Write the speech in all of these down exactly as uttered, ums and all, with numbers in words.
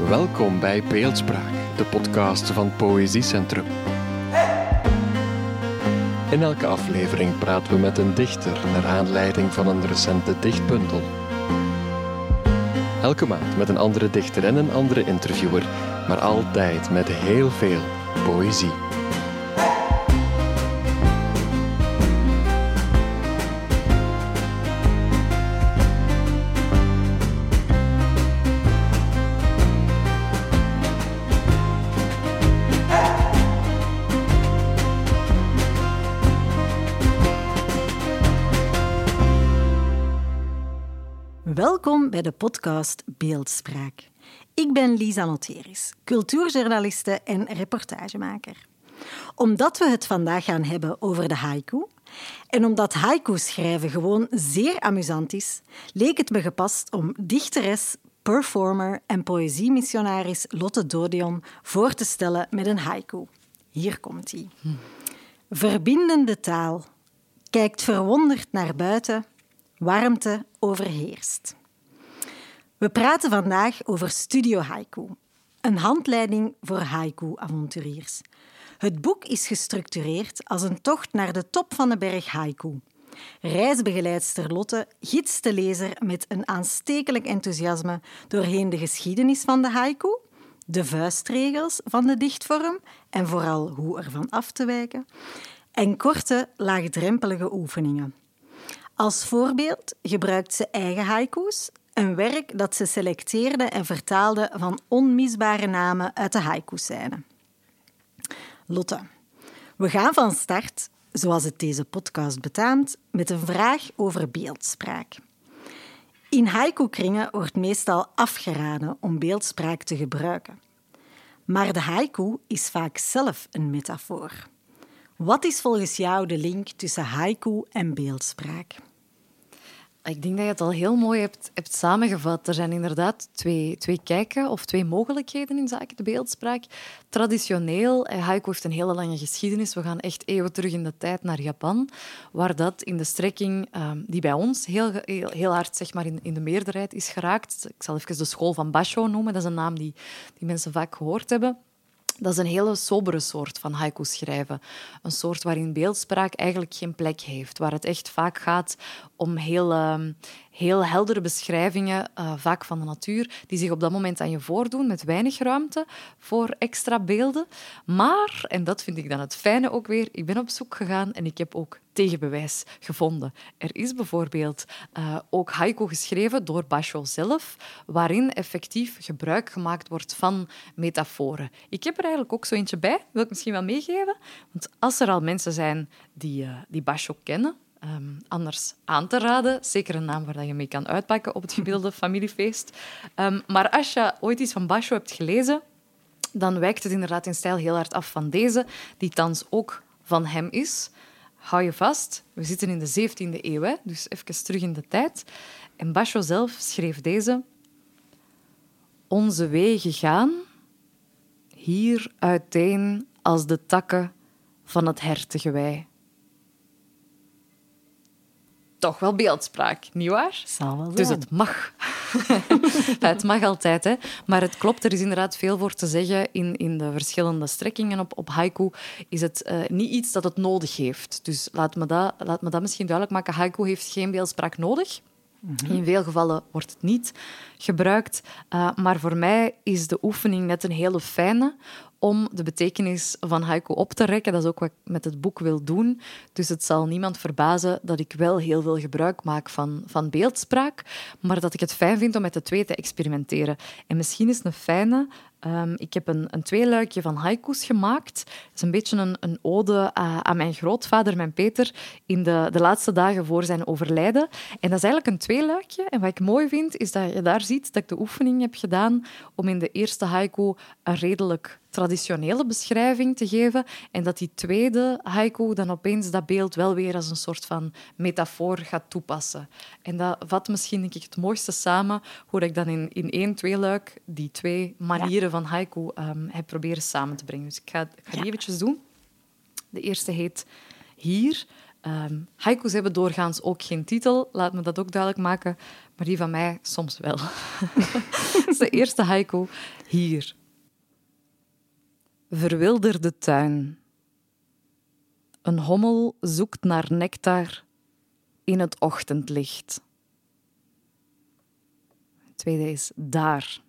Welkom bij Beeldspraak, de podcast van Poëziecentrum. In elke aflevering praten we met een dichter naar aanleiding van een recente dichtbundel. Elke maand met een andere dichter en een andere interviewer, maar altijd met heel veel poëzie. Welkom bij de podcast Beeldspraak. Ik ben Lisa Noteris, cultuurjournaliste en reportagemaker. Omdat we het vandaag gaan hebben over de haiku en omdat haiku schrijven gewoon zeer amusant is, leek het me gepast om dichteres, performer en poëziemissionaris Lotte Dodion voor te stellen met een haiku. Hier komt ie. Hm. Verbindende taal, kijkt verwonderd naar buiten, warmte overheerst. We praten vandaag over Studio Haiku, een handleiding voor haiku-avonturiers. Het boek is gestructureerd als een tocht naar de top van de berg haiku. Reisbegeleidster Lotte gidst de lezer met een aanstekelijk enthousiasme doorheen de geschiedenis van de haiku, de vuistregels van de dichtvorm en vooral hoe ervan af te wijken, en korte, laagdrempelige oefeningen. Als voorbeeld gebruikt ze eigen haiku's, een werk dat ze selecteerde en vertaalde van onmisbare namen uit de haiku-scène. Lotte, we gaan van start, zoals het deze podcast betaamt, met een vraag over beeldspraak. In haiku-kringen wordt meestal afgeraden om beeldspraak te gebruiken. Maar de haiku is vaak zelf een metafoor. Wat is volgens jou de link tussen haiku en beeldspraak? Ik denk dat je het al heel mooi hebt, hebt samengevat. Er zijn inderdaad twee, twee kijken of twee mogelijkheden in zaken de beeldspraak. Traditioneel, haiku heeft een hele lange geschiedenis. We gaan echt eeuwen terug in de tijd naar Japan, waar dat in de strekking um, die bij ons heel, heel, heel hard zeg maar, in, in de meerderheid is geraakt. Ik zal even de school van Basho noemen. Dat is een naam die, die mensen vaak gehoord hebben. Dat is een hele sobere soort van haiku schrijven. Een soort waarin beeldspraak eigenlijk geen plek heeft. Waar het echt vaak gaat om heel, uh, heel heldere beschrijvingen, uh, vaak van de natuur, die zich op dat moment aan je voordoen, met weinig ruimte voor extra beelden. Maar, en dat vind ik dan het fijne ook weer, ik ben op zoek gegaan en ik heb ook tegenbewijs gevonden. Er is bijvoorbeeld uh, ook haiku geschreven door Basho zelf, waarin effectief gebruik gemaakt wordt van metaforen. Ik heb er eigenlijk ook zo eentje bij, wil ik misschien wel meegeven. Want als er al mensen zijn die, uh, die Basho kennen, um, anders aan te raden, zeker een naam waar je mee kan uitpakken op het gebeelde familiefeest. Um, maar als je ooit iets van Basho hebt gelezen, dan wijkt het inderdaad in stijl heel hard af van deze, die thans ook van hem is. Hou je vast, we zitten in de zeventiende eeuw, hè? Dus even terug in de tijd. En Basho zelf schreef deze. Onze wegen gaan hier uiteen als de takken van het hertengewei. Toch wel beeldspraak, nietwaar? Zal wel zijn. Dus het mag. Het mag altijd, hè. Maar het klopt, er is inderdaad veel voor te zeggen in, in de verschillende strekkingen op, op haiku. Is het uh, niet iets dat het nodig heeft. Dus laat me, dat, laat me dat misschien duidelijk maken. Haiku heeft geen beeldspraak nodig. Mm-hmm. In veel gevallen wordt het niet gebruikt. Uh, maar voor mij is de oefening net een hele fijne om de betekenis van haiku op te rekken. Dat is ook wat ik met het boek wil doen. Dus het zal niemand verbazen dat ik wel heel veel gebruik maak van, van beeldspraak, maar dat ik het fijn vind om met de twee te experimenteren. En misschien is het een fijne... Um, ik heb een, een tweeluikje van haiku's gemaakt. Het is een beetje een, een ode uh, aan mijn grootvader, mijn Peter, in de, de laatste dagen voor zijn overlijden. En dat is eigenlijk een tweeluikje. En wat ik mooi vind, is dat je daar ziet dat ik de oefening heb gedaan om in de eerste haiku een redelijk traditionele beschrijving te geven en dat die tweede haiku dan opeens dat beeld wel weer als een soort van metafoor gaat toepassen. En dat vat misschien denk ik, het mooiste samen hoe ik dan in, in één tweeluik die twee manieren ja. van haiku um, heb proberen samen te brengen. Dus ik ga, ik ga die ja. eventjes doen. De eerste heet Hier, Um, haiku's hebben doorgaans ook geen titel, laat me dat ook duidelijk maken, maar die van mij soms wel. Dat is de eerste haiku hier. Verwilderde tuin. Een hommel zoekt naar nectar in het ochtendlicht. Het tweede is daar.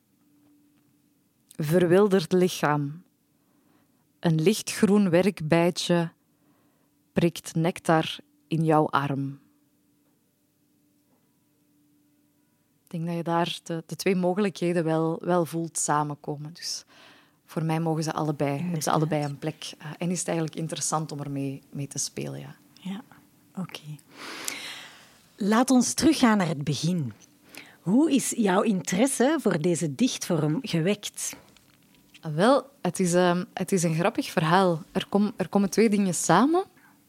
Verwilderd lichaam. Een lichtgroen werkbijtje prikt nectar in jouw arm. Ik denk dat je daar de, de twee mogelijkheden wel, wel voelt samenkomen. Dus voor mij mogen ze allebei, hebben ze allebei een plek. Uh, en is het eigenlijk interessant om ermee mee te spelen. Ja, ja oké. Okay. Laat ons teruggaan naar het begin. Hoe is jouw interesse voor deze dichtvorm gewekt? Wel, het is, uh, het is een grappig verhaal. Er, kom, er komen twee dingen samen.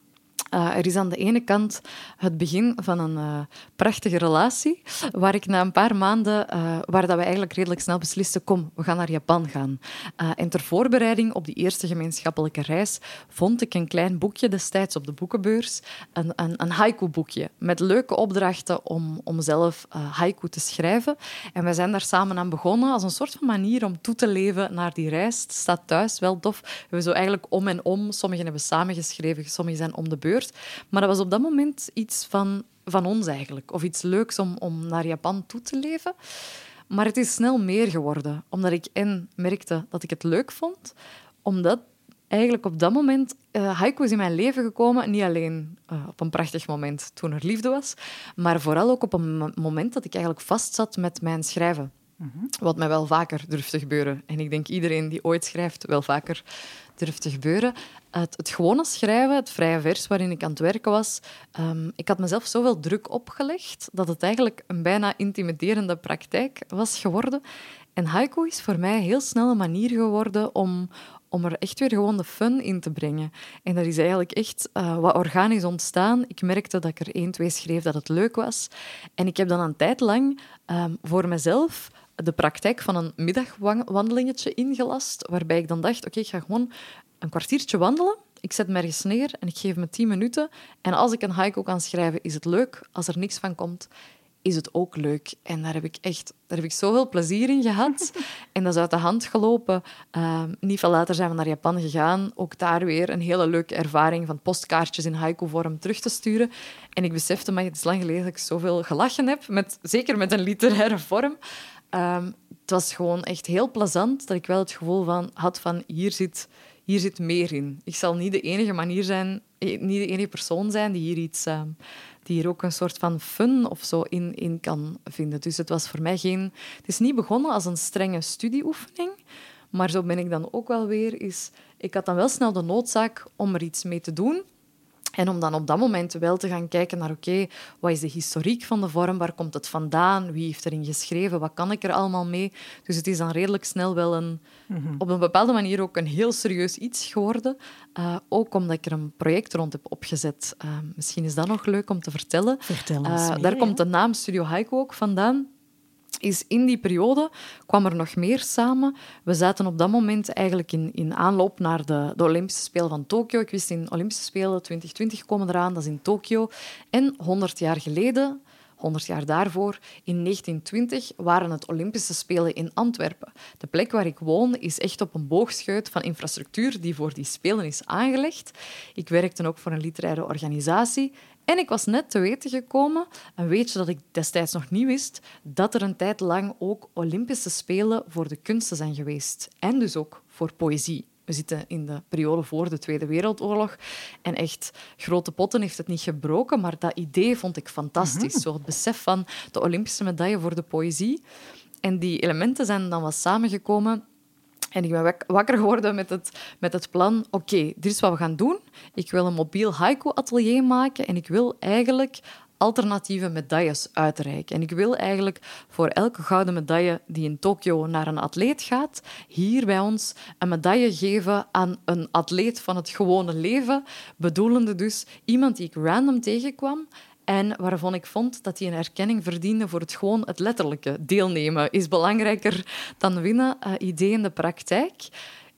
Uh, er is aan de ene kant het begin van een uh, prachtige relatie, waar ik na een paar maanden, uh, waar dat we eigenlijk redelijk snel beslisten, kom, we gaan naar Japan gaan. Uh, en ter voorbereiding op die eerste gemeenschappelijke reis vond ik een klein boekje destijds op de boekenbeurs, een, een, een haiku-boekje, met leuke opdrachten om, om zelf uh, haiku te schrijven. En we zijn daar samen aan begonnen als een soort van manier om toe te leven naar die reis. Het staat thuis, wel tof. We hebben zo eigenlijk om en om, sommigen hebben samengeschreven, sommigen zijn om de beurt. Maar dat was op dat moment iets van, van ons eigenlijk. Of iets leuks om, om naar Japan toe te leven. Maar het is snel meer geworden. Omdat ik en merkte dat ik het leuk vond. Omdat eigenlijk op dat moment uh, haiku is in mijn leven gekomen. Niet alleen uh, op een prachtig moment toen er liefde was. Maar vooral ook op een moment dat ik eigenlijk vastzat met mijn schrijven. Mm-hmm. Wat mij wel vaker durft te gebeuren. En ik denk iedereen die ooit schrijft wel vaker durft te gebeuren. Het, het gewone schrijven, het vrije vers waarin ik aan het werken was, um, ik had mezelf zoveel druk opgelegd dat het eigenlijk een bijna intimiderende praktijk was geworden. En haiku is voor mij heel snel een manier geworden om, om er echt weer gewoon de fun in te brengen. En dat is eigenlijk echt uh, wat organisch ontstaan. Ik merkte dat ik er één, twee schreef dat het leuk was. En ik heb dan een tijd lang um, voor mezelf de praktijk van een middagwandelingetje ingelast, waarbij ik dan dacht, oké, okay, ik ga gewoon een kwartiertje wandelen, ik zet me ergens neer en ik geef me tien minuten. En als ik een haiku kan schrijven, is het leuk. Als er niks van komt, is het ook leuk. En daar heb ik echt daar heb ik zoveel plezier in gehad. En dat is uit de hand gelopen. Uh, niet veel later zijn we naar Japan gegaan. Ook daar weer een hele leuke ervaring van postkaartjes in haiku-vorm terug te sturen. En ik besefte, maar het is lang geleden dat ik zoveel gelachen heb, met, zeker met een literaire vorm. Um, het was gewoon echt heel plezant dat ik wel het gevoel van, had van hier zit, hier zit meer in. Ik zal niet de enige manier zijn, niet de enige persoon zijn die hier iets, uh, die hier ook een soort van fun of zo in, in kan vinden. Dus het was voor mij geen, het is niet begonnen als een strenge studieoefening, maar zo ben ik dan ook wel weer. Is, ik had dan wel snel de noodzaak om er iets mee te doen. En om dan op dat moment wel te gaan kijken naar, oké, okay, wat is de historiek van de vorm? Waar komt het vandaan? Wie heeft erin geschreven? Wat kan ik er allemaal mee? Dus het is dan redelijk snel wel een, mm-hmm. op een bepaalde manier ook een heel serieus iets geworden. Uh, ook omdat ik er een project rond heb opgezet. Uh, misschien is dat nog leuk om te vertellen. Vertel ons uh, meer, Daar ja. komt de naam Studio Haiku ook vandaan. Is in die periode kwam er nog meer samen. We zaten op dat moment eigenlijk in, in aanloop naar de, de Olympische Spelen van Tokio. Ik wist in Olympische Spelen twintig twintig komen eraan, dat is in Tokio. En honderd jaar geleden, honderd jaar daarvoor, in negentien twintig, waren het Olympische Spelen in Antwerpen. De plek waar ik woon is echt op een boogscheut van infrastructuur die voor die Spelen is aangelegd. Ik werkte ook voor een literaire organisatie. En ik was net te weten gekomen, een weetje dat ik destijds nog niet wist, dat er een tijd lang ook Olympische Spelen voor de kunsten zijn geweest. En dus ook voor poëzie. We zitten in de periode voor de Tweede Wereldoorlog. En echt, grote potten heeft het niet gebroken, maar dat idee vond ik fantastisch. Mm-hmm. Zo het besef van de Olympische medaille voor de poëzie. En die elementen zijn dan wat samengekomen. En ik ben wakker geworden met het, met het plan, oké, okay, dit is wat we gaan doen. Ik wil een mobiel haiku-atelier maken en ik wil eigenlijk alternatieve medailles uitreiken. En ik wil eigenlijk voor elke gouden medaille die in Tokio naar een atleet gaat, hier bij ons een medaille geven aan een atleet van het gewone leven, bedoelende dus iemand die ik random tegenkwam en waarvan ik vond dat hij een erkenning verdiende voor het gewoon het letterlijke. Deelnemen is belangrijker dan winnen. Uh, idee in de praktijk.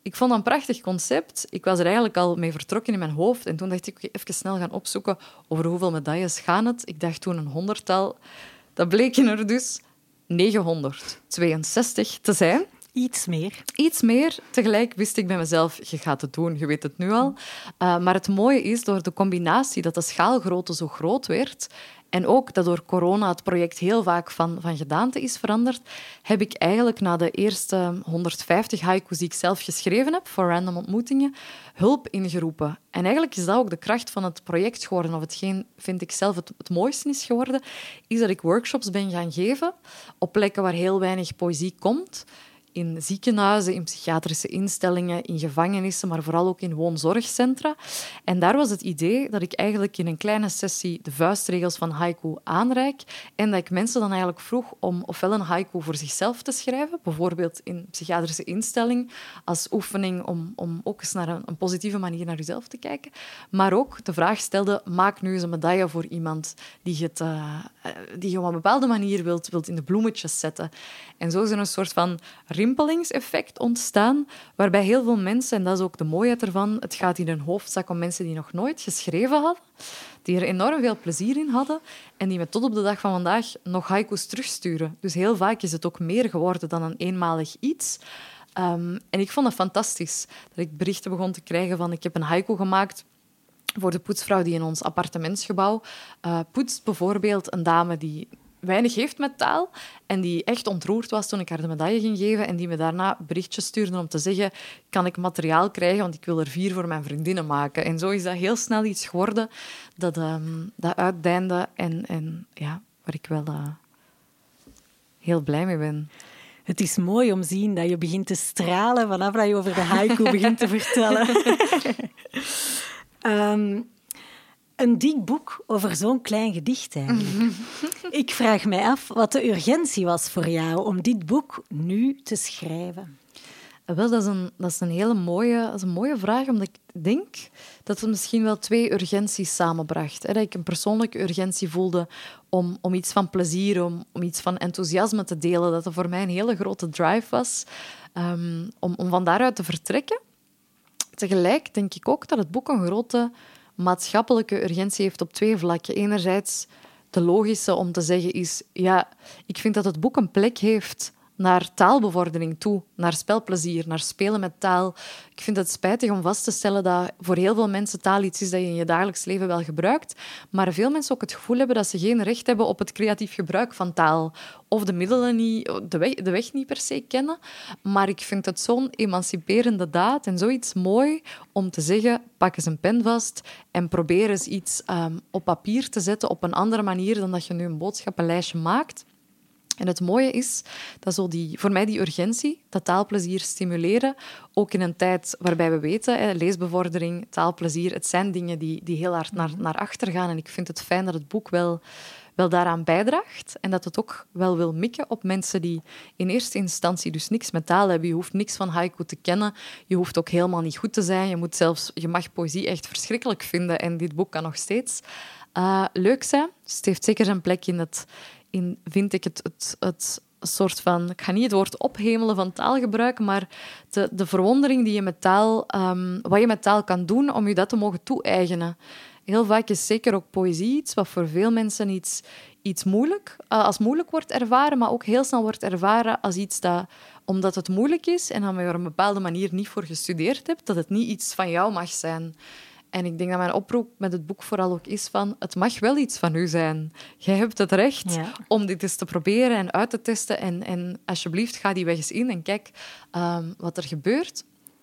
Ik vond dat een prachtig concept. Ik was er eigenlijk al mee vertrokken in mijn hoofd. En toen dacht ik, okay, even snel gaan opzoeken over hoeveel medailles gaan het. Ik dacht toen een honderdtal. Dat bleken er dus negenhonderdtweeënzestig te zijn. Iets meer. Iets meer. Tegelijk wist ik bij mezelf, je gaat het doen, je weet het nu al. Uh, maar het mooie is, door de combinatie dat de schaalgrootte zo groot werd en ook dat door corona het project heel vaak van, van gedaante is veranderd, heb ik eigenlijk na de eerste honderdvijftig haiku's die ik zelf geschreven heb voor Random Ontmoetingen, hulp ingeroepen. En eigenlijk is dat ook de kracht van het project geworden, of hetgeen vind ik zelf het, het mooiste is geworden, is dat ik workshops ben gaan geven op plekken waar heel weinig poëzie komt. In ziekenhuizen, in psychiatrische instellingen, in gevangenissen, maar vooral ook in woonzorgcentra. En daar was het idee dat ik eigenlijk in een kleine sessie de vuistregels van haiku aanreik en dat ik mensen dan eigenlijk vroeg om ofwel een haiku voor zichzelf te schrijven, bijvoorbeeld in een psychiatrische instelling, als oefening om, om ook eens naar een, een positieve manier naar jezelf te kijken, maar ook de vraag stelde, maak nu eens een medaille voor iemand die, het, uh, die je op een bepaalde manier wilt, wilt in de bloemetjes zetten. En zo is er een soort van rimpelingseffect ontstaan, waarbij heel veel mensen, en dat is ook de mooiheid ervan, het gaat in hun hoofdzak om mensen die nog nooit geschreven hadden, die er enorm veel plezier in hadden en die me tot op de dag van vandaag nog haiku's terugsturen. Dus heel vaak is het ook meer geworden dan een eenmalig iets. Um, en ik vond het fantastisch dat ik berichten begon te krijgen van ik heb een haiku gemaakt voor de poetsvrouw die in ons appartementsgebouw uh, poetst. Bijvoorbeeld een dame die weinig heeft met taal en die echt ontroerd was toen ik haar de medaille ging geven en die me daarna berichtjes stuurde om te zeggen, kan ik materiaal krijgen, want ik wil er vier voor mijn vriendinnen maken. En zo is dat heel snel iets geworden dat, um, dat uitdeinde en, en ja, waar ik wel uh, heel blij mee ben. Het is mooi om te zien dat je begint te stralen vanaf dat je over de haiku begint te vertellen. um, Een dik boek over zo'n klein gedicht eigenlijk. Ik vraag mij af wat de urgentie was voor jou om dit boek nu te schrijven. Wel, dat is een, dat is een hele mooie, dat is een mooie vraag, omdat ik denk dat het misschien wel twee urgenties samenbracht. Dat ik een persoonlijke urgentie voelde om, om iets van plezier, om, om iets van enthousiasme te delen, dat er voor mij een hele grote drive was um, om, om van daaruit te vertrekken. Tegelijk denk ik ook dat het boek een grote maatschappelijke urgentie heeft op twee vlakken. Enerzijds de logische om te zeggen is, ja, ik vind dat het boek een plek heeft naar taalbevordering toe, naar spelplezier, naar spelen met taal. Ik vind het spijtig om vast te stellen dat voor heel veel mensen taal iets is dat je in je dagelijks leven wel gebruikt, maar veel mensen ook het gevoel hebben dat ze geen recht hebben op het creatief gebruik van taal. Of de middelen niet, de weg, de weg niet per se kennen. Maar ik vind het zo'n emanciperende daad en zoiets mooi om te zeggen, pak eens een pen vast en probeer eens iets um, op papier te zetten op een andere manier dan dat je nu een boodschappenlijstje maakt. En het mooie is dat zo die, voor mij die urgentie, dat taalplezier stimuleren, ook in een tijd waarbij we weten, hè, leesbevordering, taalplezier, het zijn dingen die, die heel hard naar, naar achter gaan. En ik vind het fijn dat het boek wel, wel daaraan bijdraagt en dat het ook wel wil mikken op mensen die in eerste instantie dus niks met taal hebben. Je hoeft niks van haiku te kennen. Je hoeft ook helemaal niet goed te zijn. Je, moet zelfs, je mag poëzie echt verschrikkelijk vinden en dit boek kan nog steeds uh, leuk zijn. Dus het heeft zeker zijn plek in het... In, vind ik het, het, het soort van... Ik ga niet het woord ophemelen van taal gebruiken, maar de, de verwondering die je met taal... Um, wat je met taal kan doen om je dat te mogen toe-eigenen. Heel vaak is zeker ook poëzie iets wat voor veel mensen iets, iets moeilijk, uh, als moeilijk wordt ervaren, maar ook heel snel wordt ervaren als iets dat, omdat het moeilijk is en dan je er op een bepaalde manier niet voor gestudeerd hebt, dat het niet iets van jou mag zijn. En ik denk dat mijn oproep met het boek vooral ook is van het mag wel iets van u zijn. Jij hebt het recht ja. om dit eens te proberen en uit te testen. En, en alsjeblieft, ga die weg eens in en kijk um, wat er gebeurt.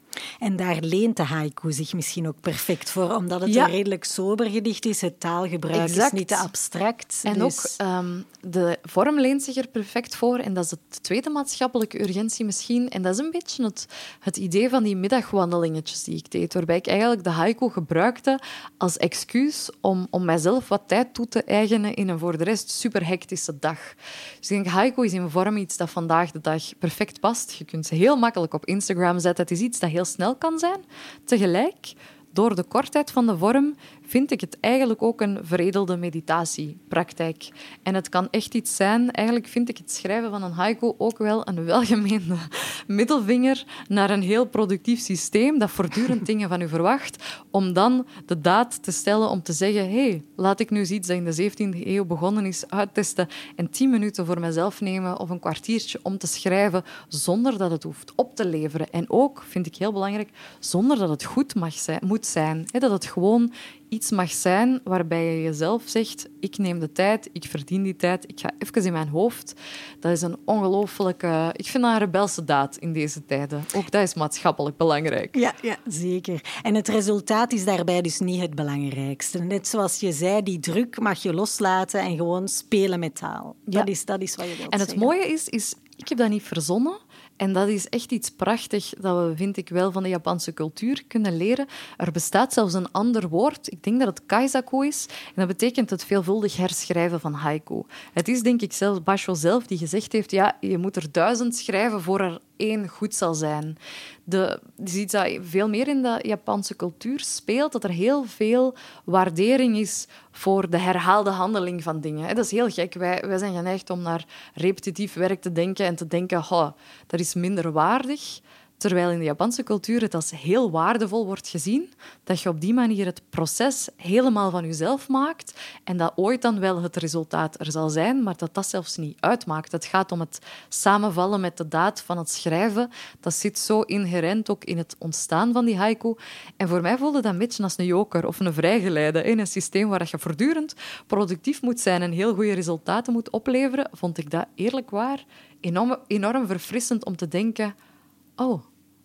En daar leent de haiku zich misschien ook perfect voor, omdat het ja. een redelijk sober gedicht is. Het taalgebruik exact. is niet te abstract. En dus... ook um, de vorm leent zich er perfect voor. En dat is de tweede maatschappelijke urgentie misschien. En dat is een beetje het, het idee van die middagwandelingetjes die ik deed, waarbij ik eigenlijk de haiku gebruikte als excuus om, om mijzelf wat tijd toe te eigenen in een voor de rest super hectische dag. Dus ik denk, haiku is in vorm iets dat vandaag de dag perfect past. Je kunt ze heel makkelijk op Instagram zetten. Het is iets dat heel snel kan zijn. Tegelijk, door de kortheid van de vorm, vind ik het eigenlijk ook een veredelde meditatiepraktijk. En het kan echt iets zijn, eigenlijk vind ik het schrijven van een haiku ook wel een welgemeende middelvinger naar een heel productief systeem dat voortdurend dingen van u verwacht, om dan de daad te stellen om te zeggen, hé, hey, laat ik nu eens iets dat in de zeventiende eeuw begonnen is uittesten en tien minuten voor mezelf nemen of een kwartiertje om te schrijven zonder dat het hoeft op te leveren. En ook, vind ik heel belangrijk, zonder dat het goed mag zijn, moet zijn. Hè, dat het gewoon iets mag zijn waarbij je jezelf zegt, ik neem de tijd, ik verdien die tijd, ik ga even in mijn hoofd. Dat is een ongelooflijke... Ik vind dat een rebelse daad in deze tijden. Ook dat is maatschappelijk belangrijk. Ja, ja, zeker. En het resultaat is daarbij dus niet het belangrijkste. Net zoals je zei, die druk mag je loslaten en gewoon spelen met taal. Ja. Dat is, dat is wat je wilt En het zeggen. mooie is, is, ik heb dat niet verzonnen. En dat is echt iets prachtig dat we, vind ik wel, van de Japanse cultuur kunnen leren. Er bestaat zelfs een ander woord. Ik denk dat het kaizaku is. En dat betekent het veelvuldig herschrijven van haiku. Het is, denk ik, zelfs Basho zelf die gezegd heeft, ja, je moet er duizend schrijven voor er één goed zal zijn. De, je ziet dat veel meer in de Japanse cultuur speelt, dat er heel veel waardering is voor de herhaalde handeling van dingen. Dat is heel gek. Wij, wij zijn geneigd om naar repetitief werk te denken en te denken, oh, dat is minder waardig. Terwijl in de Japanse cultuur het als heel waardevol wordt gezien dat je op die manier het proces helemaal van jezelf maakt en dat ooit dan wel het resultaat er zal zijn, maar dat dat zelfs niet uitmaakt. Het gaat om het samenvallen met de daad van het schrijven. Dat zit zo inherent ook in het ontstaan van die haiku. En voor mij voelde dat een beetje als een joker of een vrijgeleide. In een systeem waar je voortdurend productief moet zijn en heel goede resultaten moet opleveren, vond ik dat eerlijk waar enorm, enorm verfrissend om te denken, oh,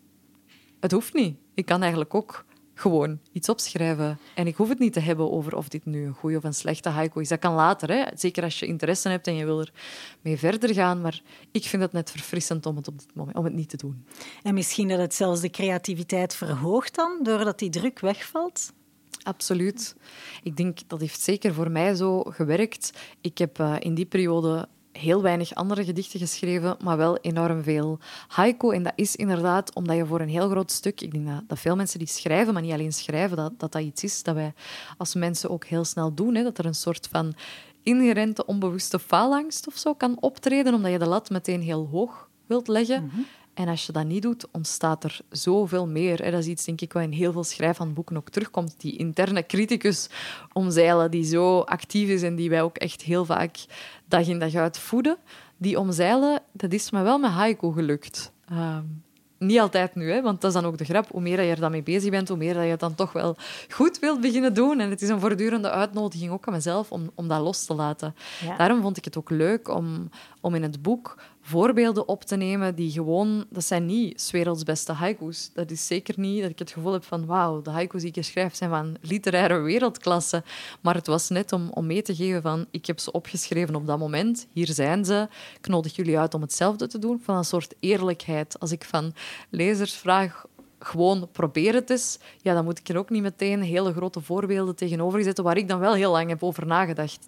het hoeft niet. Ik kan eigenlijk ook gewoon iets opschrijven. En ik hoef het niet te hebben over of dit nu een goede of een slechte haiku is. Dat kan later, hè? Zeker als je interesse hebt en je wil er mee verder gaan. Maar ik vind het net verfrissend om het op dit moment om het niet te doen. En misschien dat het zelfs de creativiteit verhoogt dan, doordat die druk wegvalt? Absoluut. Ik denk, dat heeft zeker voor mij zo gewerkt. Ik heb uh, in die periode heel weinig andere gedichten geschreven, maar wel enorm veel haiku. En dat is inderdaad omdat je voor een heel groot stuk... Ik denk dat, dat veel mensen die schrijven, maar niet alleen schrijven, dat, dat dat iets is dat wij als mensen ook heel snel doen. Hè, dat er een soort van inherente onbewuste faalangst of zo kan optreden, omdat je de lat meteen heel hoog wilt leggen. Mm-hmm. En als je dat niet doet, ontstaat er zoveel meer. Dat is iets, denk ik, wat in heel veel schrijfhandboeken ook terugkomt. Die interne criticus omzeilen, die zo actief is en die wij ook echt heel vaak dag in dag uit voeden. Die omzeilen, dat is me wel met haiku gelukt. Uh, niet altijd nu, hè, want dat is dan ook de grap. Hoe meer dat je er dan mee bezig bent, hoe meer dat je het dan toch wel goed wilt beginnen doen. En het is een voortdurende uitnodiging ook aan mezelf om, om dat los te laten. Ja. Daarom vond ik het ook leuk om, om in het boek voorbeelden op te nemen die gewoon... Dat zijn niet 's werelds beste haiku's. Dat is zeker niet dat ik het gevoel heb van wauw, de haiku's die ik hier schrijf zijn van literaire wereldklasse. Maar het was net om, om mee te geven van ik heb ze opgeschreven op dat moment. Hier zijn ze. Ik nodig jullie uit om hetzelfde te doen. Van een soort eerlijkheid. Als ik van lezers vraag... Gewoon probeer het eens. Ja, dan moet ik er ook niet meteen hele grote voorbeelden tegenover zetten waar ik dan wel heel lang heb over nagedacht.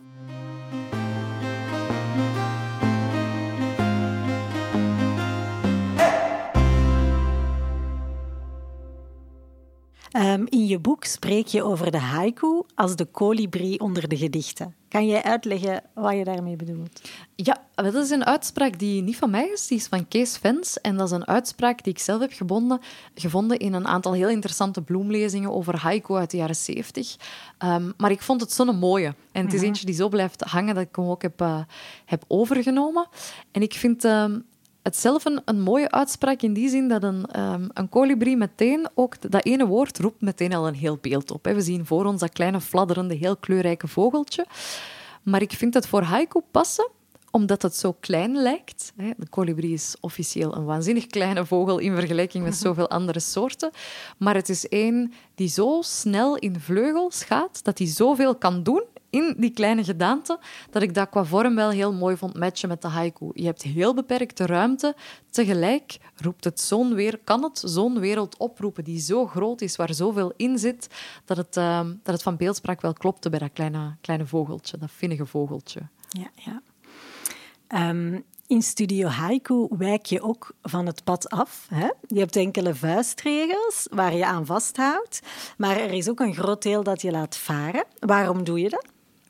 Um, in je boek spreek je over de haiku als de kolibrie onder de gedichten. Kan jij uitleggen wat je daarmee bedoelt? Ja, dat is een uitspraak die niet van mij is, die is van Kees Vens. En dat is een uitspraak die ik zelf heb gebonden, gevonden in een aantal heel interessante bloemlezingen over haiku uit de jaren zeventig. Um, maar ik vond het zo'n mooie. En het is eentje die zo blijft hangen dat ik hem ook heb, uh, heb overgenomen. En ik vind... Um, Het zelf een, een mooie uitspraak in die zin dat een, um, een kolibrie meteen ook... Dat ene woord roept meteen al een heel beeld op. Hè. We zien voor ons dat kleine, fladderende, heel kleurrijke vogeltje. Maar ik vind het voor haiku passen, omdat het zo klein lijkt. Hè. De kolibrie is officieel een waanzinnig kleine vogel in vergelijking met zoveel andere soorten. Maar het is één die zo snel in vleugels gaat, dat hij zoveel kan doen in die kleine gedaante, dat ik dat qua vorm wel heel mooi vond matchen met de haiku. Je hebt heel beperkte ruimte. Tegelijk roept het zo'n weer, kan het zo'n wereld oproepen die zo groot is, waar zoveel in zit, dat het, uh, dat het van beeldspraak wel klopte bij dat kleine, kleine vogeltje, dat vinnige vogeltje. Ja, ja. Um, In Studio Haiku wijk je ook van het pad af. Hè? Je hebt enkele vuistregels waar je aan vasthoudt, maar er is ook een groot deel dat je laat varen. Waarom doe je dat?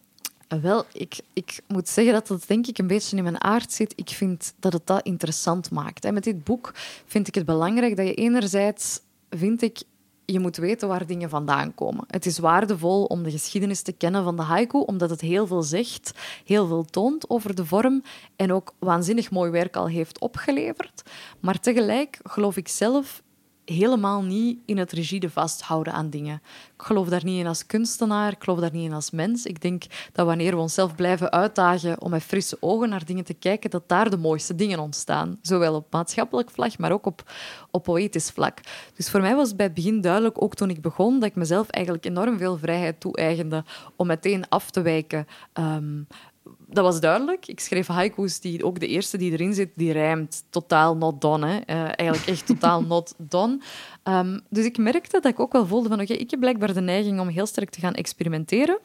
Wel, ik, ik moet zeggen dat dat denk ik een beetje in mijn aard zit. Ik vind dat het dat interessant maakt. En met dit boek vind ik het belangrijk dat je enerzijds, vind ik, je moet weten waar dingen vandaan komen. Het is waardevol om de geschiedenis te kennen van de haiku, omdat het heel veel zegt, heel veel toont over de vorm en ook waanzinnig mooi werk al heeft opgeleverd. Maar tegelijk geloof ik zelf helemaal niet in het rigide vasthouden aan dingen. Ik geloof daar niet in als kunstenaar, ik geloof daar niet in als mens. Ik denk dat wanneer we onszelf blijven uitdagen om met frisse ogen naar dingen te kijken, dat daar de mooiste dingen ontstaan. Zowel op maatschappelijk vlak, maar ook op, op poëtisch vlak. Dus voor mij was het bij het begin duidelijk, ook toen ik begon, dat ik mezelf eigenlijk enorm veel vrijheid toe-eigende om meteen af te wijken. Um, Dat was duidelijk. Ik schreef haiku's, die, ook de eerste die erin zit, die rijmt totaal not done. Hè. Uh, eigenlijk echt totaal not done. Um, dus ik merkte dat ik ook wel voelde van oké, okay, ik heb blijkbaar de neiging om heel sterk te gaan experimenteren.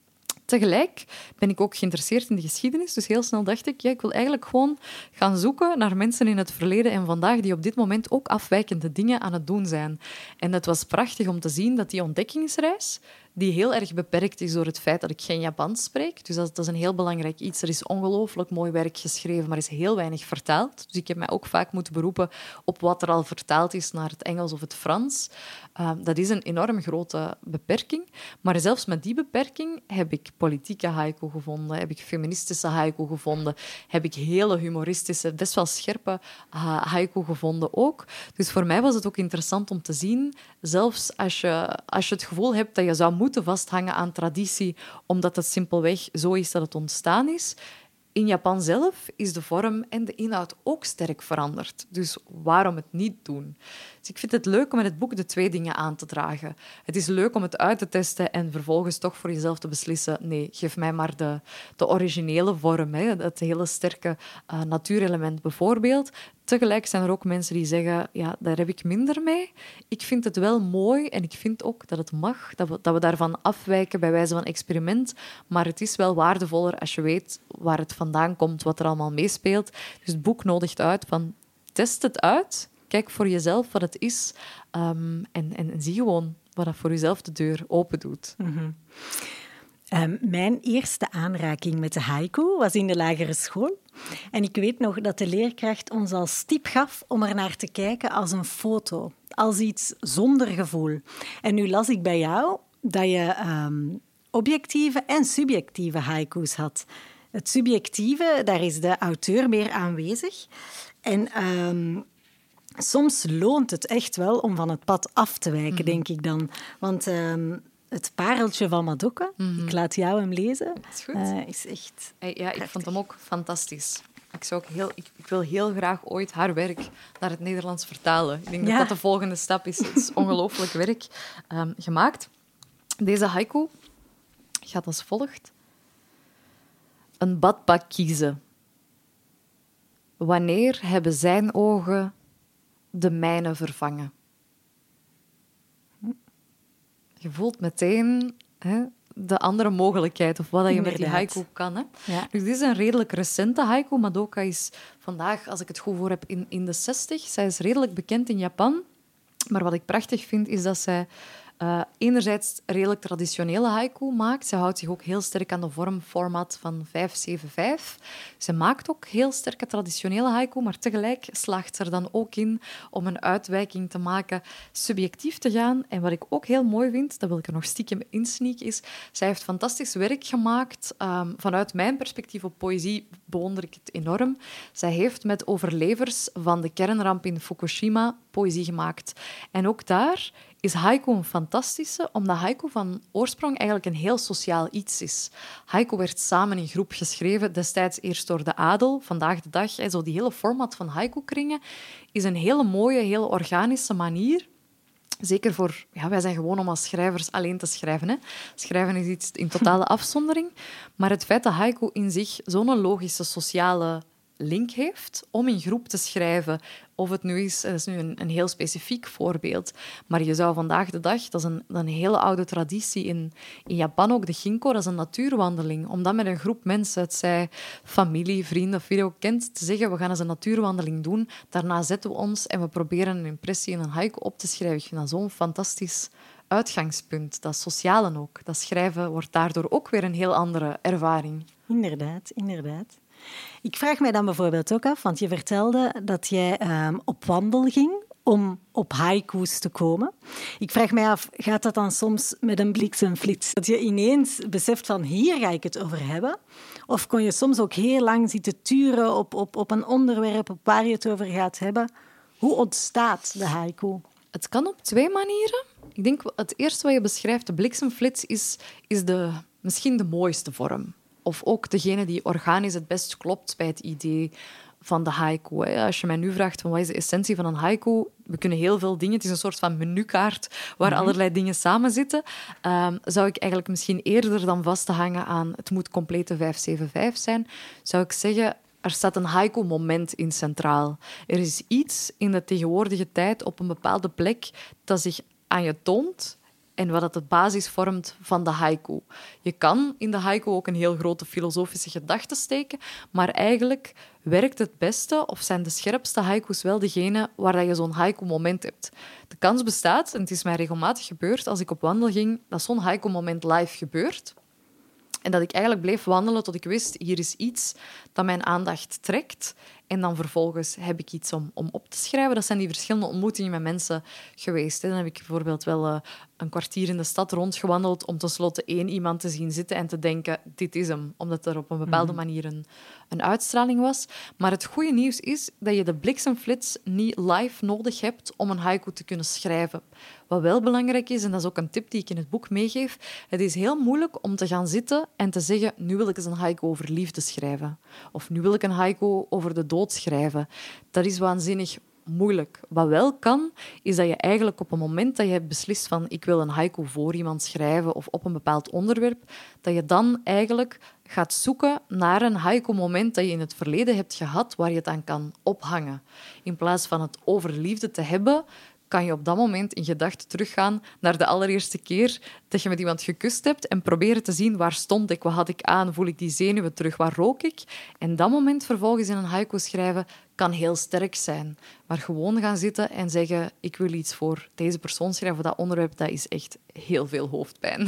Tegelijk ben ik ook geïnteresseerd in de geschiedenis. Dus heel snel dacht ik, ja, ik wil eigenlijk gewoon gaan zoeken naar mensen in het verleden en vandaag die op dit moment ook afwijkende dingen aan het doen zijn. En het was prachtig om te zien dat die ontdekkingsreis, die heel erg beperkt is door het feit dat ik geen Japans spreek. Dus dat, dat is een heel belangrijk iets. Er is ongelooflijk mooi werk geschreven, maar is heel weinig vertaald. Dus ik heb mij ook vaak moeten beroepen op wat er al vertaald is naar het Engels of het Frans. Uh, dat is een enorm grote beperking. Maar zelfs met die beperking heb ik politieke haiku gevonden, heb ik feministische haiku gevonden, heb ik hele humoristische, best wel scherpe uh, haiku gevonden ook. Dus voor mij was het ook interessant om te zien, zelfs als je, als je het gevoel hebt dat je zou moeten vasthangen aan traditie, omdat het simpelweg zo is dat het ontstaan is. In Japan zelf is de vorm en de inhoud ook sterk veranderd. Dus waarom het niet doen? Dus ik vind het leuk om met het boek de twee dingen aan te dragen. Het is leuk om het uit te testen en vervolgens toch voor jezelf te beslissen, nee, geef mij maar de, de originele vorm, hè, het hele sterke uh, natuurelement bijvoorbeeld. Tegelijk zijn er ook mensen die zeggen, ja, daar heb ik minder mee. Ik vind het wel mooi en ik vind ook dat het mag, dat we, dat we daarvan afwijken bij wijze van experiment. Maar het is wel waardevoller als je weet waar het vandaan komt, wat er allemaal meespeelt. Dus het boek nodigt uit van, test het uit, kijk voor jezelf wat het is um, en, en, en zie gewoon wat dat voor jezelf de deur open doet. Mm-hmm. Um, mijn eerste aanraking met de haiku was in de lagere school. En ik weet nog dat de leerkracht ons als tip gaf om er naar te kijken als een foto, als iets zonder gevoel. En nu las ik bij jou dat je um, objectieve en subjectieve haiku's had. Het subjectieve, daar is de auteur meer aanwezig. En um, soms loont het echt wel om van het pad af te wijken, mm-hmm. denk ik dan. Want um, het pareltje van Madoka, mm-hmm. ik laat jou hem lezen, is, goed. Uh, is echt hey, Ja, prachtig. Ik vond hem ook fantastisch. Ik, zou ook heel, ik, ik wil heel graag ooit haar werk naar het Nederlands vertalen. Ik denk ja. dat dat de volgende stap is. Het is ongelooflijk werk um, gemaakt. Deze haiku gaat als volgt. Een badpak kiezen. Wanneer hebben zijn ogen de mijne vervangen? Je voelt meteen hè, de andere mogelijkheid of wat je Inderdaad. met die haiku kan. Hè. Ja. Dus dit is een redelijk recente haiku. Madoka is vandaag, als ik het goed voor heb, in, in de zestig. Zij is redelijk bekend in Japan. Maar wat ik prachtig vind, is dat zij uh, enerzijds redelijk traditionele haiku maakt. Zij houdt zich ook heel sterk aan de vormformat van vijf zeven vijf. Ze maakt ook heel sterke traditionele haiku, maar tegelijk slaagt ze er dan ook in om een uitwijking te maken, subjectief te gaan. En wat ik ook heel mooi vind, dat wil ik er nog stiekem insneaken, is zij heeft fantastisch werk gemaakt. Um, vanuit mijn perspectief op poëzie bewonder ik het enorm. Zij heeft met overlevers van de kernramp in Fukushima poëzie gemaakt. En ook daar is haiku een fantastische, omdat haiku van oorsprong eigenlijk een heel sociaal iets is. Haiku werd samen in groep geschreven, destijds eerst door de adel. Vandaag de dag, zo die hele format van haiku-kringen is een hele mooie, hele organische manier. Zeker voor... Ja, wij zijn gewoon om als schrijvers alleen te schrijven. Hè. Schrijven is iets in totale afzondering. Maar het feit dat haiku in zich zo'n logische sociale link heeft om in groep te schrijven. Of het nu is, dat is nu een, een heel specifiek voorbeeld, maar je zou vandaag de dag, dat is een, een hele oude traditie in, in Japan ook, de ginkgo, dat is een natuurwandeling. Om dat met een groep mensen, het zij familie, vrienden of wie je ook kent, te zeggen, we gaan eens een natuurwandeling doen, daarna zetten we ons en we proberen een impressie in een haiku op te schrijven. Ik vind dat zo'n fantastisch uitgangspunt. Dat sociale ook. Dat schrijven wordt daardoor ook weer een heel andere ervaring. Inderdaad, inderdaad. Ik vraag mij dan bijvoorbeeld ook af, want je vertelde dat jij um, op wandel ging om op haiku's te komen. Ik vraag mij af, gaat dat dan soms met een bliksemflits? Dat je ineens beseft van hier ga ik het over hebben? Of kon je soms ook heel lang zitten turen op, op, op een onderwerp op waar je het over gaat hebben? Hoe ontstaat de haiku? Het kan op twee manieren. Ik denk het eerste wat je beschrijft, de bliksemflits, is, is de, misschien de mooiste vorm. Of ook degene die organisch het best klopt bij het idee van de haiku. Als je mij nu vraagt van wat is de essentie van een haiku, we kunnen heel veel dingen. Het is een soort van menukaart waar mm-hmm. allerlei dingen samen zitten. Um, zou ik eigenlijk misschien eerder dan vast te hangen aan het moet complete vijf zeven vijf zijn, zou ik zeggen, er staat een haiku-moment in centraal. Er is iets in de tegenwoordige tijd op een bepaalde plek dat zich aan je toont en wat het de basis vormt van de haiku. Je kan in de haiku ook een heel grote filosofische gedachte steken, maar eigenlijk werkt het beste of zijn de scherpste haiku's wel degene waar je zo'n haiku-moment hebt. De kans bestaat, en het is mij regelmatig gebeurd als ik op wandel ging, dat zo'n haiku-moment live gebeurt. En dat ik eigenlijk bleef wandelen tot ik wist, hier is iets dat mijn aandacht trekt. En dan vervolgens heb ik iets om, om op te schrijven. Dat zijn die verschillende ontmoetingen met mensen geweest. Dan heb ik bijvoorbeeld wel uh, een kwartier in de stad rondgewandeld om tenslotte één iemand te zien zitten en te denken, dit is hem. Omdat er op een bepaalde manier een, een uitstraling was. Maar het goede nieuws is dat je de bliksemflits niet live nodig hebt om een haiku te kunnen schrijven. Wat wel belangrijk is, en dat is ook een tip die ik in het boek meegeef, het is heel moeilijk om te gaan zitten en te zeggen, nu wil ik eens een haiku over liefde schrijven. Of nu wil ik een haiku over de dood schrijven. Dat is waanzinnig moeilijk. Wat wel kan, is dat je eigenlijk op een moment dat je hebt beslist van ik wil een haiku voor iemand schrijven of op een bepaald onderwerp, dat je dan eigenlijk gaat zoeken naar een haiku-moment dat je in het verleden hebt gehad waar je het aan kan ophangen. In plaats van het over liefde te hebben, kan je op dat moment in gedachten teruggaan naar de allereerste keer dat je met iemand gekust hebt en proberen te zien waar stond ik, wat had ik aan, voel ik die zenuwen terug, waar rook ik? En dat moment vervolgens in een haiku schrijven kan heel sterk zijn. Maar gewoon gaan zitten en zeggen ik wil iets voor deze persoon schrijven, voor dat onderwerp, dat is echt heel veel hoofdpijn.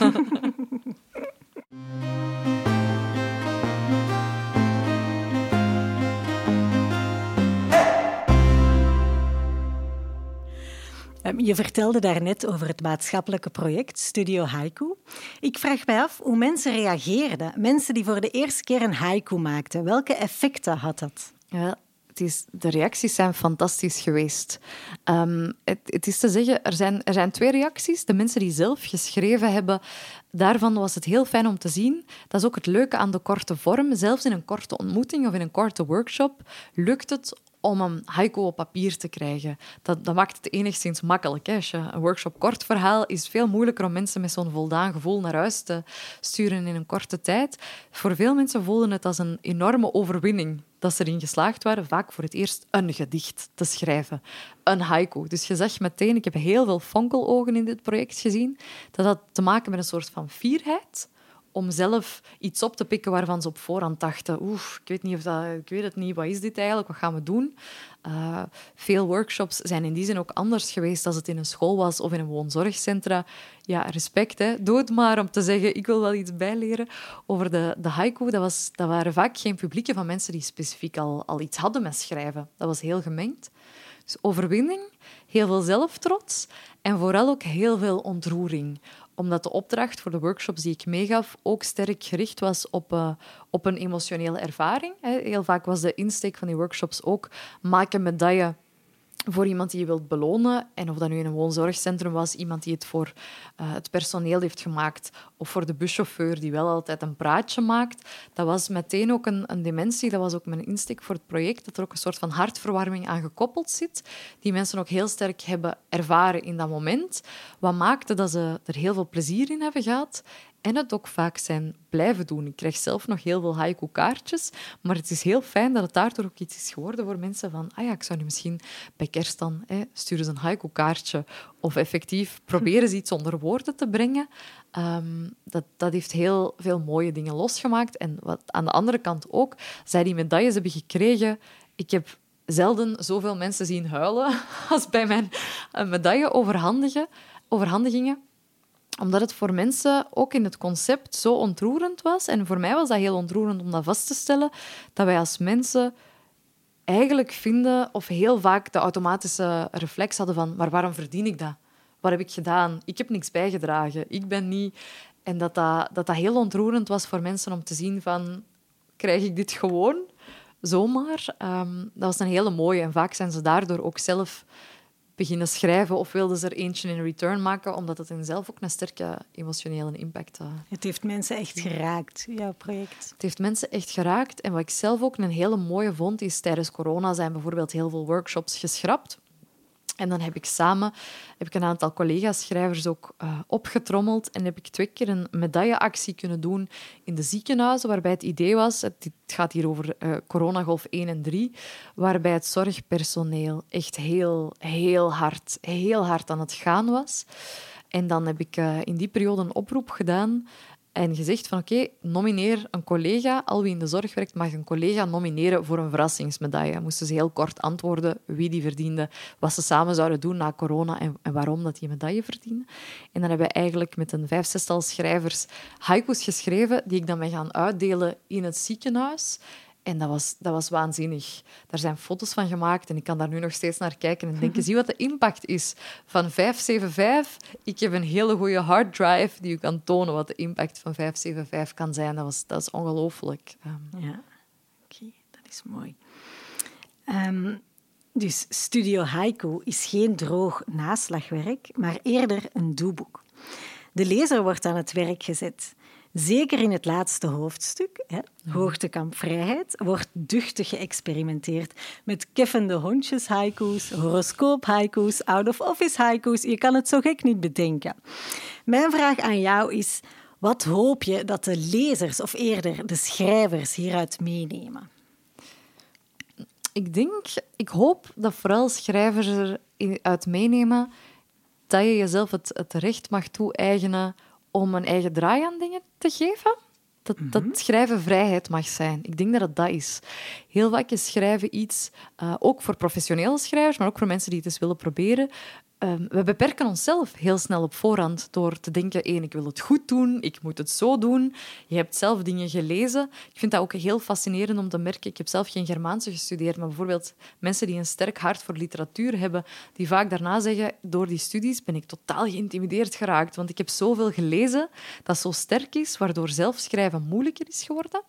Je vertelde daarnet over het maatschappelijke project Studio Haiku. Ik vraag mij af hoe mensen reageerden. Mensen die voor de eerste keer een haiku maakten. Welke effecten had dat? Ja, het is, de reacties zijn fantastisch geweest. Um, het, het is te zeggen, er zijn, er zijn twee reacties. De mensen die zelf geschreven hebben, daarvan was het heel fijn om te zien. Dat is ook het leuke aan de korte vorm. Zelfs in een korte ontmoeting of in een korte workshop lukt het om een haiku op papier te krijgen. Dat, dat maakt het enigszins makkelijk. Hè. Als je een workshop kort verhaal is veel moeilijker om mensen met zo'n voldaan gevoel naar huis te sturen in een korte tijd. Voor veel mensen voelden het als een enorme overwinning dat ze erin geslaagd waren, vaak voor het eerst een gedicht te schrijven. Een haiku. Dus je zag meteen, ik heb heel veel fonkelogen in dit project gezien, dat had te maken met een soort van fierheid om zelf iets op te pikken waarvan ze op voorhand dachten, oeh, ik weet niet of dat, ik weet het niet, wat is dit eigenlijk, wat gaan we doen? Uh, veel workshops zijn in die zin ook anders geweest als het in een school was of in een woonzorgcentra. Ja, respect, hè. Doe het maar om te zeggen, ik wil wel iets bijleren. Over de, de haiku, dat, was, dat waren vaak geen publieken van mensen die specifiek al, al iets hadden met schrijven. Dat was heel gemengd. Dus overwinning, heel veel zelftrots en vooral ook heel veel ontroering. Omdat de opdracht voor de workshops die ik meegaf ook sterk gericht was op, uh, op een emotionele ervaring. Heel vaak was de insteek van die workshops ook maak een medaille voor iemand die je wilt belonen. En of dat nu in een woonzorgcentrum was, iemand die het voor uh, het personeel heeft gemaakt, of voor de buschauffeur die wel altijd een praatje maakt. Dat was meteen ook een, een dimensie, dat was ook mijn insteek voor het project, dat er ook een soort van hartverwarming aan gekoppeld zit, die mensen ook heel sterk hebben ervaren in dat moment. Wat maakte dat ze er heel veel plezier in hebben gehad en het ook vaak zijn blijven doen. Ik krijg zelf nog heel veel haiku-kaartjes, maar het is heel fijn dat het daardoor ook iets is geworden voor mensen van ah ja, ik zou nu misschien bij kerst dan hè, sturen ze een haiku-kaartje of effectief proberen ze iets onder woorden te brengen. Um, dat, dat heeft heel veel mooie dingen losgemaakt. En wat aan de andere kant ook, zij die medailles hebben gekregen, ik heb zelden zoveel mensen zien huilen als bij mijn medaille overhandigen, overhandigingen. Omdat het voor mensen ook in het concept zo ontroerend was. En voor mij was dat heel ontroerend om dat vast te stellen, dat wij als mensen eigenlijk vinden, of heel vaak de automatische reflex hadden van maar waarom verdien ik dat? Wat heb ik gedaan? Ik heb niks bijgedragen. Ik ben niet... En dat dat, dat dat heel ontroerend was voor mensen om te zien van krijg ik dit gewoon zomaar? Um, dat was een hele mooie. En vaak zijn ze daardoor ook zelf beginnen schrijven of wilden ze er eentje in return maken, omdat het in zelf ook een sterke emotionele impact had. Het heeft mensen echt geraakt, jouw project. Het heeft mensen echt geraakt. En wat ik zelf ook een hele mooie vond, is tijdens corona zijn bijvoorbeeld heel veel workshops geschrapt. En dan heb ik samen heb ik een aantal collega-schrijvers ook uh, opgetrommeld en heb ik twee keer een medailleactie kunnen doen in de ziekenhuizen, waarbij het idee was, het, het gaat hier over uh, coronagolf één en drie, waarbij het zorgpersoneel echt heel, heel hard, heel hard aan het gaan was. En dan heb ik uh, in die periode een oproep gedaan en gezegd van oké, okay, nomineer een collega. Al wie in de zorg werkt mag een collega nomineren voor een verrassingsmedaille. Moesten ze heel kort antwoorden wie die verdiende, wat ze samen zouden doen na corona en, en waarom dat die medaille verdiende. En dan hebben we eigenlijk met een vijf, zestal schrijvers haiku's geschreven die ik dan ben gaan uitdelen in het ziekenhuis. En dat was, dat was waanzinnig. Daar zijn foto's van gemaakt en ik kan daar nu nog steeds naar kijken en denken, zie wat de impact is van vijf zeven vijf. Ik heb een hele goede hard drive die u kan tonen wat de impact van vijf zeven vijf kan zijn. Dat, was, dat is ongelooflijk. Um. Ja, oké, okay, dat is mooi. Um, dus Studio Haiku is geen droog naslagwerk, maar eerder een doeboek. De lezer wordt aan het werk gezet. Zeker in het laatste hoofdstuk, hè, Hoogtekamp Vrijheid, wordt duchtig geëxperimenteerd met keffende hondjes haiku's, horoscoop haiku's, out-of-office haiku's. Je kan het zo gek niet bedenken. Mijn vraag aan jou is, wat hoop je dat de lezers, of eerder de schrijvers, hieruit meenemen? Ik denk, ik hoop dat vooral schrijvers eruit meenemen dat je jezelf het, het recht mag toe-eigenen om een eigen draai aan dingen te geven. Dat, mm-hmm. dat schrijven vrijheid mag zijn. Ik denk dat het dat is. Heel vaak is schrijven iets, uh, ook voor professionele schrijvers, maar ook voor mensen die het eens willen proberen. Um, we beperken onszelf heel snel op voorhand door te denken, één, ik wil het goed doen, ik moet het zo doen. Je hebt zelf dingen gelezen. Ik vind dat ook heel fascinerend om te merken. Ik heb zelf geen Germaanse gestudeerd, maar bijvoorbeeld mensen die een sterk hart voor literatuur hebben, die vaak daarna zeggen, door die studies ben ik totaal geïntimideerd geraakt, want ik heb zoveel gelezen dat zo sterk is, waardoor zelf schrijven moeilijker is geworden.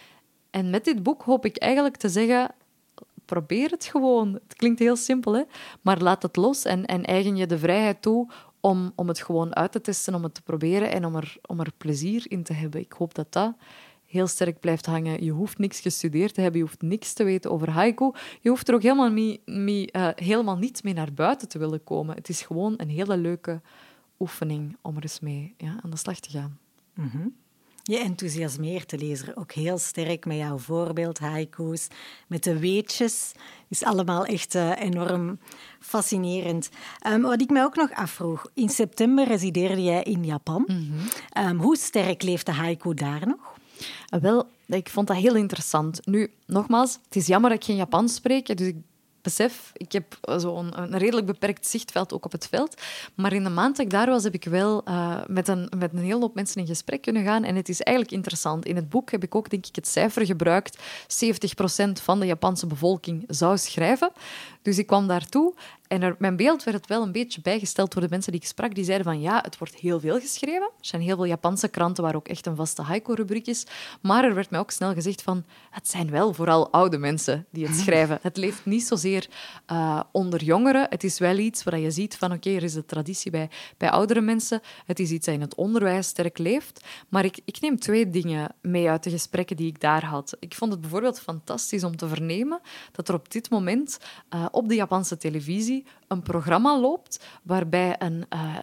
En met dit boek hoop ik eigenlijk te zeggen, probeer het gewoon. Het klinkt heel simpel, hè? Maar laat het los en, en eigen je de vrijheid toe om, om het gewoon uit te testen, om het te proberen en om er, om er plezier in te hebben. Ik hoop dat dat heel sterk blijft hangen. Je hoeft niks gestudeerd te hebben, je hoeft niks te weten over haiku. Je hoeft er ook helemaal, mee, mee, uh, helemaal niet mee naar buiten te willen komen. Het is gewoon een hele leuke oefening om er eens mee ja, aan de slag te gaan. Mm-hmm. Je enthousiasmeert de lezer ook heel sterk met jouw voorbeeld, haiku's, met de weetjes. Is allemaal echt uh, enorm fascinerend. Um, wat ik mij ook nog afvroeg, in september resideerde jij in Japan. Mm-hmm. Um, hoe sterk leeft de haiku daar nog? Uh, wel, ik vond dat heel interessant. Nu, nogmaals, het is jammer dat ik geen Japans spreek, dus ik besef, ik heb zo'n een redelijk beperkt zichtveld ook op het veld. Maar in de maand dat ik daar was, heb ik wel uh, met, een, met een hele hoop mensen in gesprek kunnen gaan. En het is eigenlijk interessant. In het boek heb ik ook, denk ik, het cijfer gebruikt. zeventig procent van de Japanse bevolking zou schrijven. Dus ik kwam daartoe en er, mijn beeld werd het wel een beetje bijgesteld door de mensen die ik sprak. Die zeiden van ja, het wordt heel veel geschreven. Er zijn heel veel Japanse kranten waar ook echt een vaste haiku-rubriek is. Maar er werd mij ook snel gezegd van het zijn wel vooral oude mensen die het schrijven. Het leeft niet zozeer uh, onder jongeren. Het is wel iets waar je ziet van oké, okay, er is de traditie bij, bij oudere mensen. Het is iets dat in het onderwijs sterk leeft. Maar ik, ik neem twee dingen mee uit de gesprekken die ik daar had. Ik vond het bijvoorbeeld fantastisch om te vernemen dat er op dit moment uh, op de Japanse televisie een programma loopt waarbij een uh,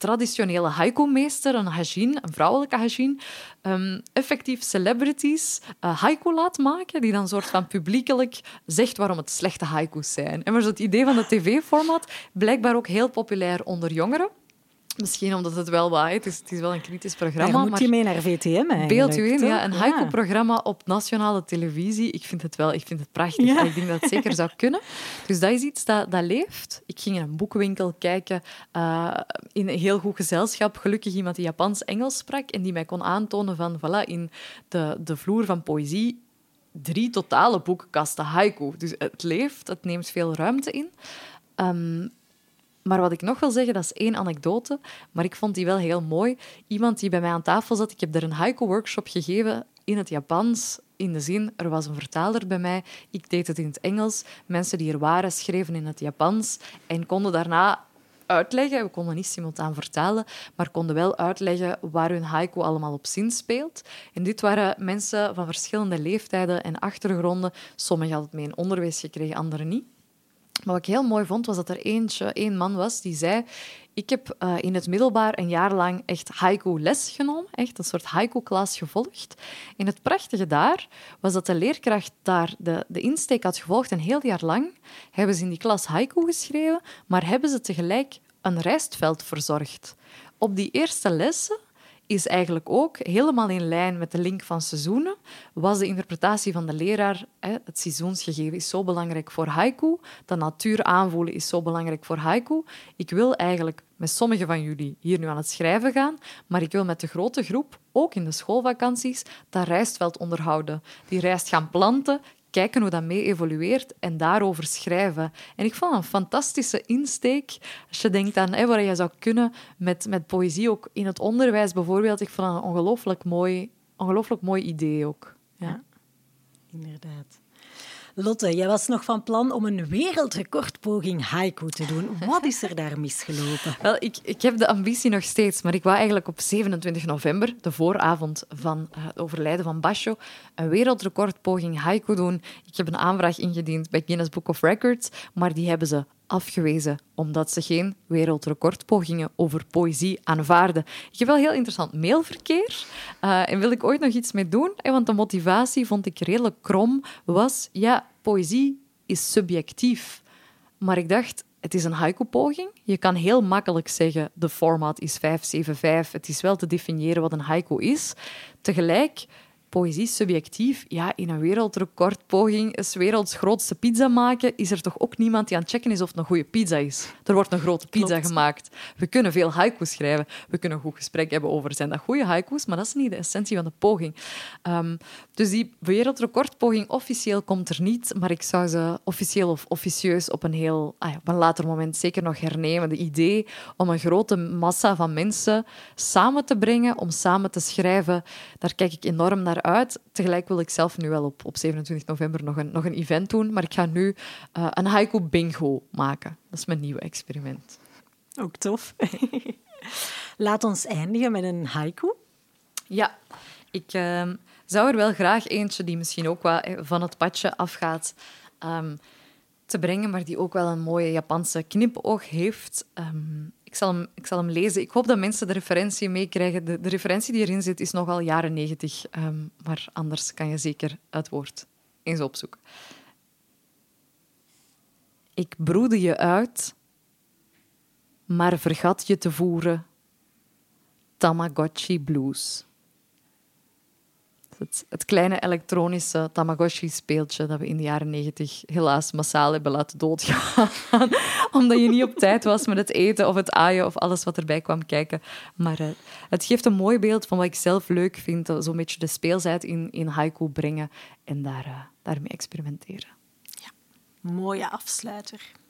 traditionele haiku-meester, een hajin, een vrouwelijke hajin, um, effectief celebrities uh, haiku laat maken, die dan een soort van publiekelijk zegt waarom het slechte haiku's zijn. En maar zo het idee van het tv-format blijkbaar ook heel populair onder jongeren. Misschien omdat het wel wat is. Het is wel een kritisch programma. Daar moet je mee naar V T M eigenlijk. Beeld u in, ja, een ja. haiku-programma op nationale televisie. Ik vind het wel, ik vind het prachtig. Ja. Ik denk dat het zeker zou kunnen. Dus dat is iets dat, dat leeft. Ik ging in een boekwinkel kijken, uh, in een heel goed gezelschap. Gelukkig iemand die Japans-Engels sprak en die mij kon aantonen van, voilà, in de, de vloer van poëzie drie totale boekenkasten haiku. Dus het leeft, het neemt veel ruimte in. Um, Maar wat ik nog wil zeggen, dat is één anekdote, maar ik vond die wel heel mooi. Iemand die bij mij aan tafel zat, ik heb er een haiku-workshop gegeven in het Japans. In de zin, er was een vertaler bij mij, ik deed het in het Engels. Mensen die er waren, schreven in het Japans en konden daarna uitleggen. We konden niet simultaan vertalen, maar konden wel uitleggen waar hun haiku allemaal op zin speelt. En dit waren mensen van verschillende leeftijden en achtergronden. Sommigen hadden het mee in onderwijs gekregen, anderen niet. Maar wat ik heel mooi vond, was dat er eentje, één man was die zei... Ik heb uh, in het middelbaar een jaar lang echt haiku-les genomen. Echt een soort haiku-klas gevolgd. En het prachtige daar was dat de leerkracht daar de, de insteek had gevolgd. En heel jaar lang hebben ze in die klas haiku geschreven, maar hebben ze tegelijk een rijstveld verzorgd. Op die eerste lessen is eigenlijk ook helemaal in lijn met de link van seizoenen, was de interpretatie van de leraar, het seizoensgegeven is zo belangrijk voor haiku, de natuur aanvoelen is zo belangrijk voor haiku. Ik wil eigenlijk met sommigen van jullie hier nu aan het schrijven gaan, maar ik wil met de grote groep, ook in de schoolvakanties, dat rijstveld onderhouden. Die rijst gaan planten, kijken hoe dat mee evolueert en daarover schrijven. En ik vond dat een fantastische insteek. Als je denkt aan hè, waar je zou kunnen met, met poëzie, ook in het onderwijs bijvoorbeeld. Ik vond dat een ongelooflijk mooi, ongelooflijk mooi idee ook. Ja, ja, inderdaad. Lotte, jij was nog van plan om een wereldrecordpoging haiku te doen. Wat is er daar misgelopen? Wel, ik, ik heb de ambitie nog steeds, maar ik wou eigenlijk op zevenentwintig november, de vooravond van het overlijden van Basho, een wereldrecordpoging haiku doen. Ik heb een aanvraag ingediend bij Guinness Book of Records, maar die hebben ze afgewezen, omdat ze geen wereldrecordpogingen over poëzie aanvaarden. Ik heb wel heel interessant mailverkeer uh, en wil ik ooit nog iets mee doen, want de motivatie vond ik redelijk krom, was, ja, poëzie is subjectief. Maar ik dacht, het is een haiku-poging. Je kan heel makkelijk zeggen, de format is vijf zeven vijf. Het is wel te definiëren wat een haiku is. Tegelijk, poëzie subjectief. Ja, in een wereldrecordpoging, is werelds grootste pizza maken, is er toch ook niemand die aan het checken is of het een goede pizza is. Er wordt een grote pizza Klopt. gemaakt. We kunnen veel haikus schrijven. We kunnen een goed gesprek hebben over zijn dat goede haikus, maar dat is niet de essentie van de poging. Um, dus die wereldrecordpoging officieel komt er niet, maar ik zou ze officieel of officieus op een heel, ah ja, op een later moment zeker nog hernemen. De idee om een grote massa van mensen samen te brengen, om samen te schrijven, daar kijk ik enorm naar uit. Tegelijk wil ik zelf nu wel op, op zevenentwintig november nog een, nog een event doen, maar ik ga nu uh, een haiku bingo maken. Dat is mijn nieuwe experiment. Ook tof. Laat ons eindigen met een haiku. Ja, ik uh, zou er wel graag eentje die misschien ook wel van het padje afgaat um, te brengen, maar die ook wel een mooie Japanse knipoog heeft. Um, Ik zal, hem, ik zal hem lezen. Ik hoop dat mensen de referentie meekrijgen. De, de referentie die erin zit is nogal jaren negentig, um, maar anders kan je zeker het woord eens opzoeken. Ik broedde je uit, maar vergat je te voeren. Tamagotchi Blues. Het, het kleine elektronische Tamagotchi-speeltje dat we in de jaren negentig helaas massaal hebben laten doodgaan. Omdat je niet op tijd was met het eten of het aaien of alles wat erbij kwam kijken. Maar uh, het geeft een mooi beeld van wat ik zelf leuk vind. Zo'n beetje de speelsheid in, in haiku brengen en daar, uh, daarmee experimenteren. Ja, mooie afsluiter.